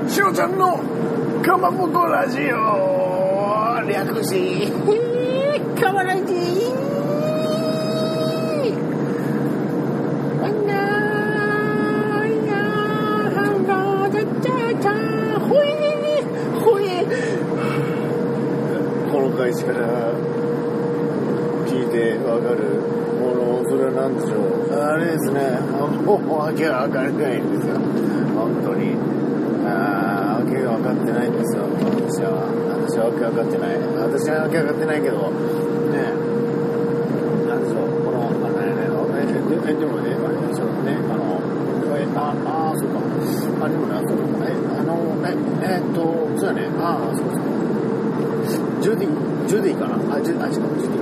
しおちゃんのかまぼこラジオ略しかまラジこの開始から聞いてわかるもの、それは何でしょう。あれですね、もう訳が分からないんですよ、本当に。訳が分かってないんですよ、私は訳分かってない。私は訳分かってないけどね、何でしょう、このでもね、あれでしょうね、そうか、でもね、そうだね、そうそう、ジュディかな、ジュディかな、違う、ジュディ、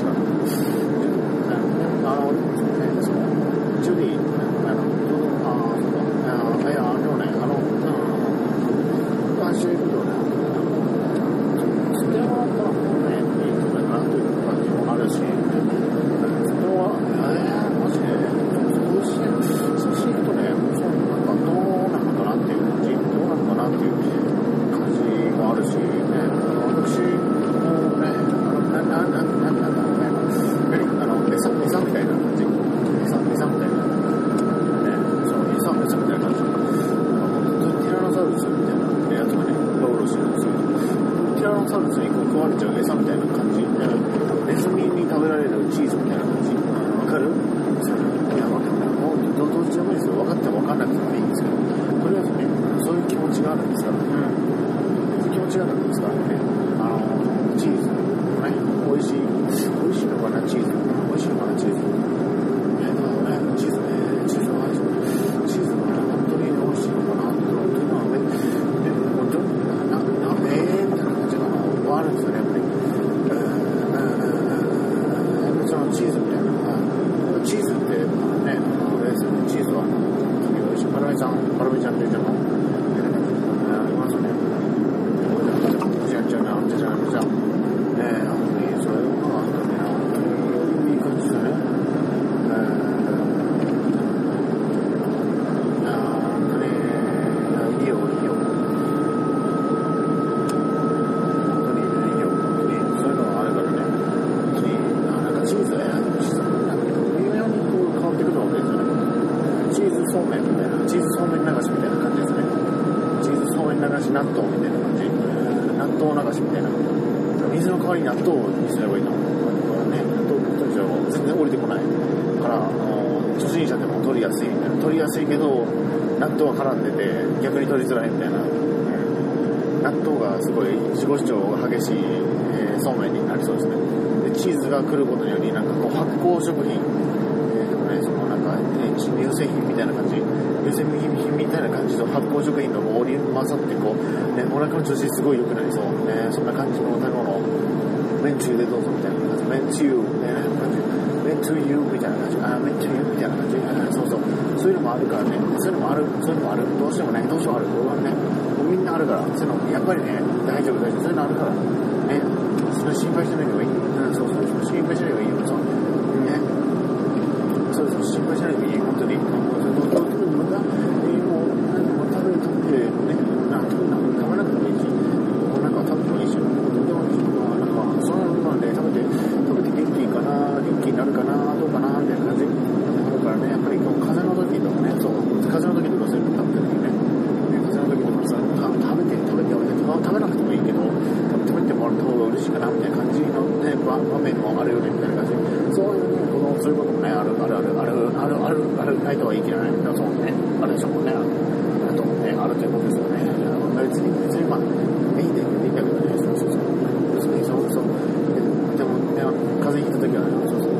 来ることによりなんかこう発酵食品、そのなんか、乳製品みたいな感じ、乳製品みたいな感じと発酵食品がこう織り交ざってこう、お腹の調子すごい良くなりそう、そんな感じの食べ物、麺つゆでどうぞみたいな感じ、麺つゆみたいな感じ、麺つゆみたいな感じ、麺つゆみたいな感じ、そういうのもあるからね、そういうのもある、どうしてもある、みんなあるから、そういうのやっぱりね、大丈夫、そういうのあるからね、それ心配しない方がいい。心配しない方がいいよ。心配しない方がいい。本当に。食べなくてもいいし、なんか食べてもいいし、食べて元気かな、元気になるかな、どうかな、みたいな感じあるからね、やっぱり風邪の時とかね、風邪の時とかそういうの食べてる時ね、風邪の時とかさ、食べなくてもいいけど、食べてもらった方が嬉しいかな、みたいな感じのね、場面もあるよね、みたいな感じで、そういうこともね、あるないとは言い切れないけど、そうね、あるでしょうね、あとね、あるということですよね。別にまあ、いいんだけどね、でもね、風邪ひいた時は、どうなる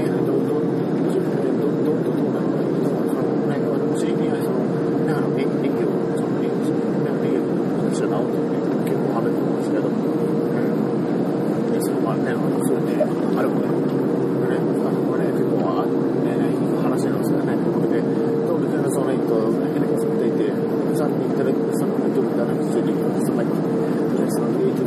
のか、もし、元気を、私は治って結構食べてますけど、それもあるね、それで、あるもんね、これ結構話なんですけどね、これで、どうですね、その人、3人いただき、その人いただき、それで、その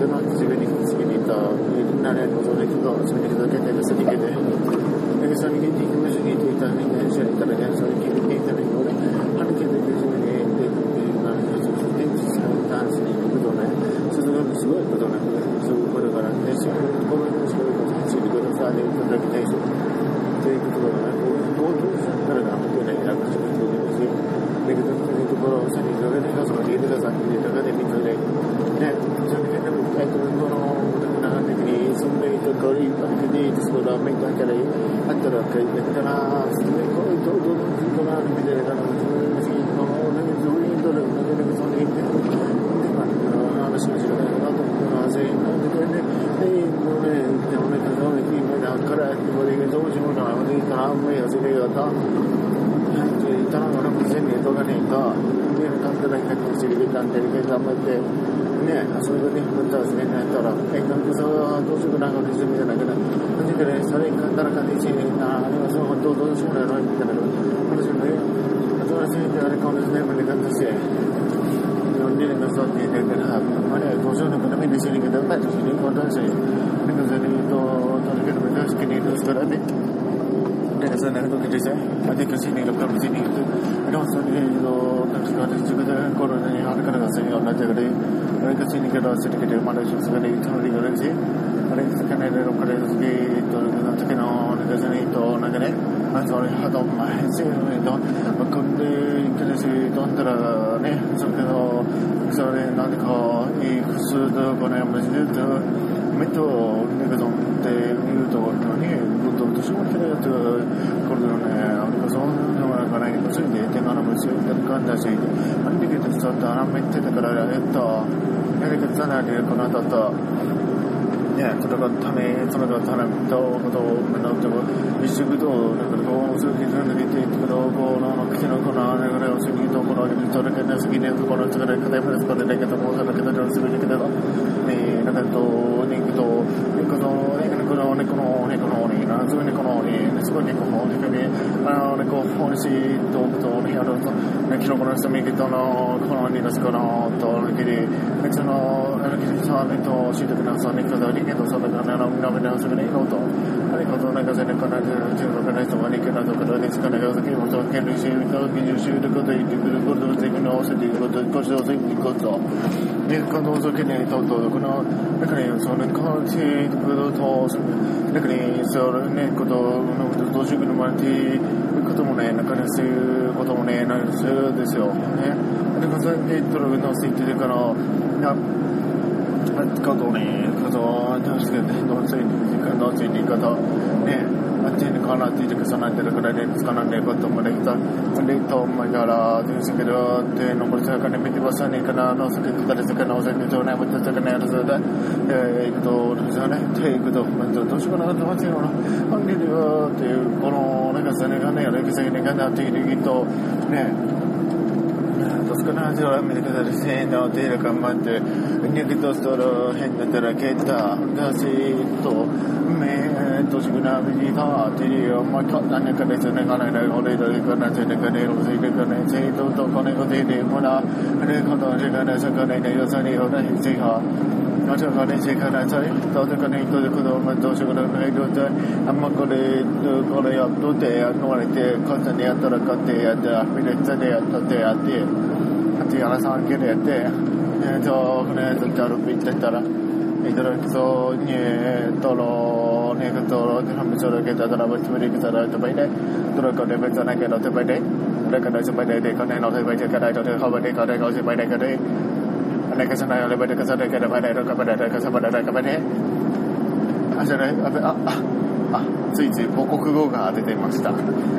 ついつい母国語が出てました、あ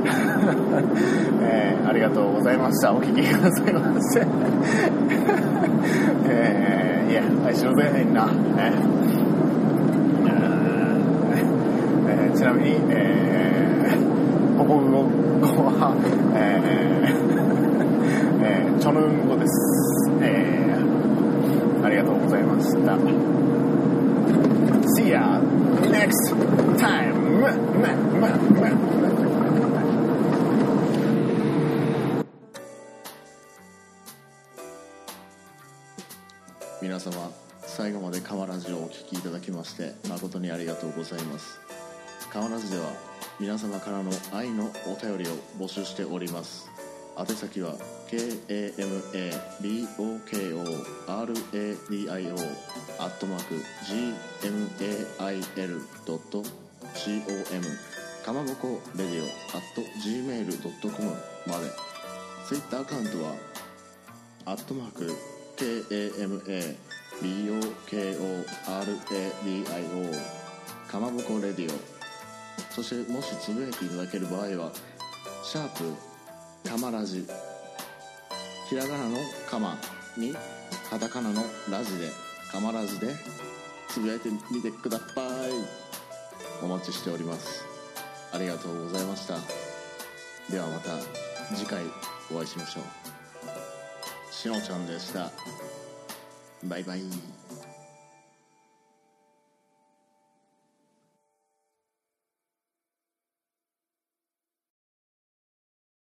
りがとうございました。お聞きくださいませI should sayな、ちなみに、母国語は、チョヌン語です、ありがとうございました。See ya next time. 皆様、最後まで川ラジオをお聞きいただきまして誠にありがとうございます。川ラジでは皆様からの愛のお便りを募集しております。宛先は kamabokoradio@gmail.com かまぼこレディオ @gmail.com まで。ツイッターアカウントは KAMABOKORADIO かまぼこレディオ。そしてもしつぶやいていただける場合はシャープかまラジ、ひらがなのかまにカタカナのラジでかまラジでつぶやいてみてください。お待ちしております。ありがとうございました。ではまた次回お会いしましょう。しのちゃんでした。バイバイ。